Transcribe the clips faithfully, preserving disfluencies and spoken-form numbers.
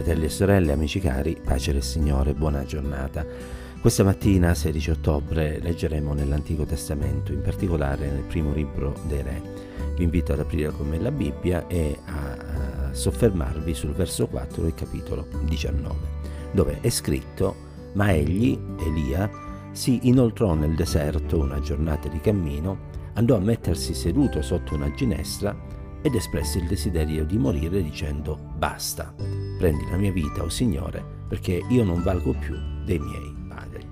Fratelli e sorelle, amici cari, pace del Signore, buona giornata. Questa mattina, sedici ottobre, leggeremo nell'Antico Testamento, in particolare nel primo libro dei Re. Vi invito ad aprire con me la Bibbia e a soffermarvi sul verso quattro del capitolo diciannove, dove è scritto: «Ma egli, Elia, si inoltrò nel deserto una giornata di cammino, andò a mettersi seduto sotto una ginestra ed espresse il desiderio di morire dicendo: basta, prendi la mia vita, o Signore, perché io non valgo più dei miei padri».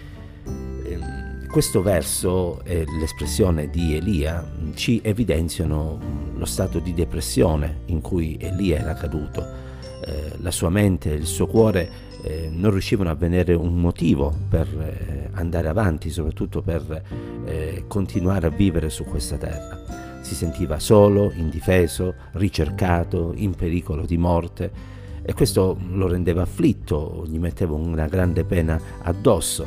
Ehm, questo verso e l'espressione di Elia ci evidenziano lo stato di depressione in cui Elia era caduto. Eh, la sua mente e il suo cuore eh, non riuscivano a vedere un motivo per eh, andare avanti, soprattutto per eh, continuare a vivere su questa terra. Si sentiva solo, indifeso, ricercato, in pericolo di morte, e questo lo rendeva afflitto, gli metteva una grande pena addosso.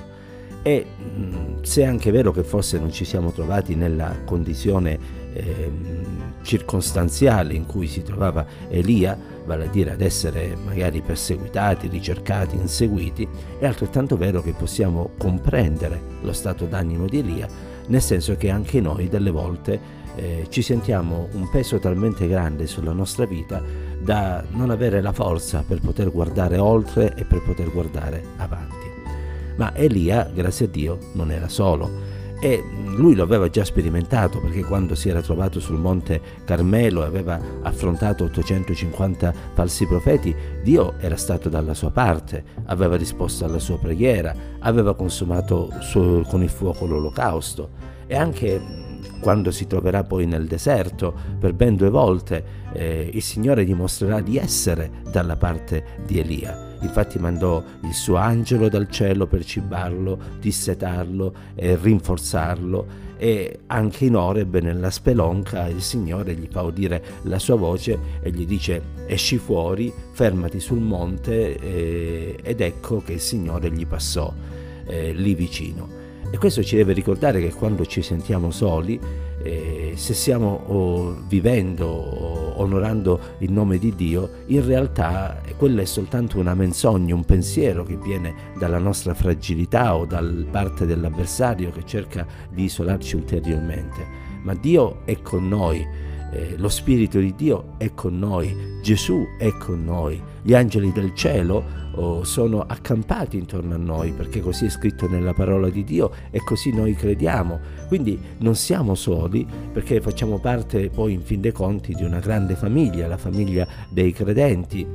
E mh, se è anche vero che forse non ci siamo trovati nella condizione eh, circostanziale in cui si trovava Elia, vale a dire ad essere magari perseguitati, ricercati, inseguiti, è altrettanto vero che possiamo comprendere lo stato d'animo di Elia, nel senso che anche noi delle volte Eh, ci sentiamo un peso talmente grande sulla nostra vita da non avere la forza per poter guardare oltre e per poter guardare avanti. Ma Elia, grazie a Dio, non era solo, e lui lo aveva già sperimentato, perché quando si era trovato sul monte Carmelo e aveva affrontato ottocentocinquanta falsi profeti, Dio era stato dalla sua parte, aveva risposto alla sua preghiera, aveva consumato su, con il fuoco l'olocausto. E anche quando si troverà poi nel deserto per ben due volte, eh, il Signore dimostrerà di essere dalla parte di Elia. Infatti mandò il suo angelo dal cielo per cibarlo, dissetarlo e rinforzarlo, e anche in Oreb, nella spelonca, il Signore gli fa udire la sua voce e gli dice: esci fuori, fermati sul monte, eh, ed ecco che il Signore gli passò eh, lì vicino. E questo ci deve ricordare che quando ci sentiamo soli, eh, se stiamo oh, vivendo, oh, onorando il nome di Dio, in realtà quello è soltanto una menzogna, un pensiero che viene dalla nostra fragilità o da parte dell'avversario che cerca di isolarci ulteriormente. Ma Dio è con noi, eh, lo Spirito di Dio è con noi, Gesù è con noi, gli angeli del cielo oh, sono accampati intorno a noi, perché così è scritto nella parola di Dio e così noi crediamo. Quindi non siamo soli, perché facciamo parte poi in fin dei conti di una grande famiglia, la famiglia dei credenti,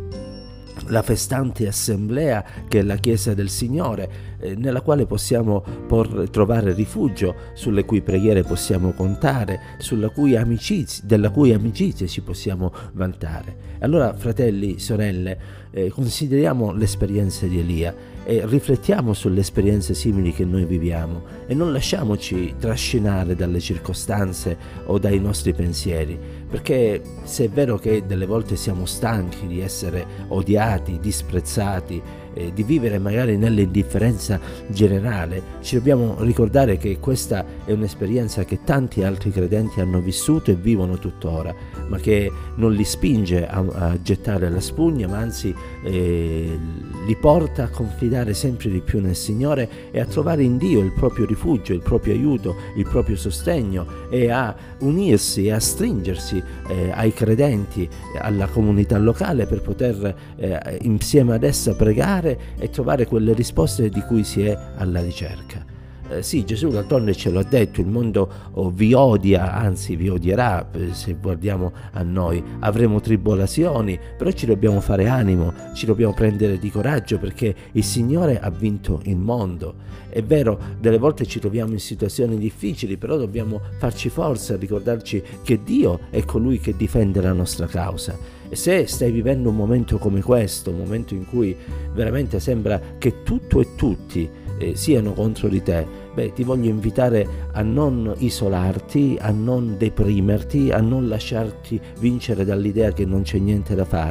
la festante assemblea che è la Chiesa del Signore, eh, nella quale possiamo por- trovare rifugio, sulle cui preghiere possiamo contare, sulla cui amicizia, della cui amicizia ci possiamo vantare. Allora, fratelli, sorelle, eh, consideriamo l'esperienza di Elia e riflettiamo sulle esperienze simili che noi viviamo, e non lasciamoci trascinare dalle circostanze o dai nostri pensieri, perché se è vero che delle volte siamo stanchi di essere odiati, disprezzati, eh, di vivere magari nell'indifferenza generale, ci dobbiamo ricordare che questa è un'esperienza che tanti altri credenti hanno vissuto e vivono tuttora, ma che non li spinge a, a gettare la spugna, ma anzi eh, li porta a confidare sempre di più nel Signore e a trovare in Dio il proprio rifugio, il proprio aiuto, il proprio sostegno, e a unirsi e a stringersi eh, ai credenti, alla comunità locale, per poter eh, insieme ad essa pregare e trovare quelle risposte di cui si è alla ricerca. Eh, sì, Gesù d'altronde ce l'ha detto: il mondo oh, vi odia, anzi vi odierà. Se guardiamo a noi avremo tribolazioni, però ci dobbiamo fare animo, ci dobbiamo prendere di coraggio, perché il Signore ha vinto il mondo. È vero, delle volte ci troviamo in situazioni difficili, però dobbiamo farci forza, ricordarci che Dio è colui che difende la nostra causa. E se stai vivendo un momento come questo, un momento in cui veramente sembra che tutto e tutti eh, siano contro di te, beh, ti voglio invitare a non isolarti, a non deprimerti, a non lasciarti vincere dall'idea che non c'è niente da fare,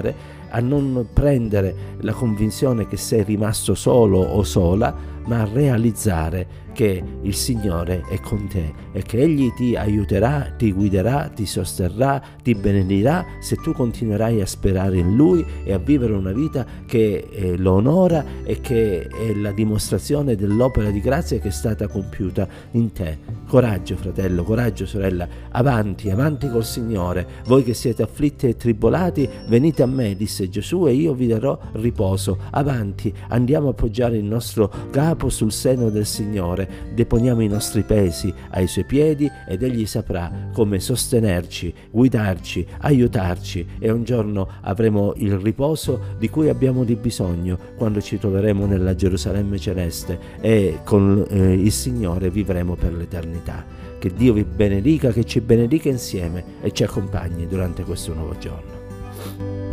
a non prendere la convinzione che sei rimasto solo o sola, ma a realizzare che il Signore è con te e che Egli ti aiuterà, ti guiderà, ti sosterrà, ti benedirà se tu continuerai a sperare in Lui e a vivere una vita che eh, lo onora e che è la dimostrazione dell'opera di grazia che è stata compiuta in te. Coraggio, fratello, coraggio, sorella, avanti, avanti col Signore. Voi che siete afflitti e tribolati, venite a me, disse Gesù, e io vi darò riposo. Avanti, andiamo a appoggiare il nostro capo sul seno del Signore, deponiamo i nostri pesi ai suoi piedi ed Egli saprà come sostenerci, guidarci, aiutarci, e un giorno avremo il riposo di cui abbiamo di bisogno quando ci troveremo nella Gerusalemme celeste e con eh, il Signore vivremo per l'eternità. Che Dio vi benedica, che ci benedica insieme e ci accompagni durante questo nuovo giorno.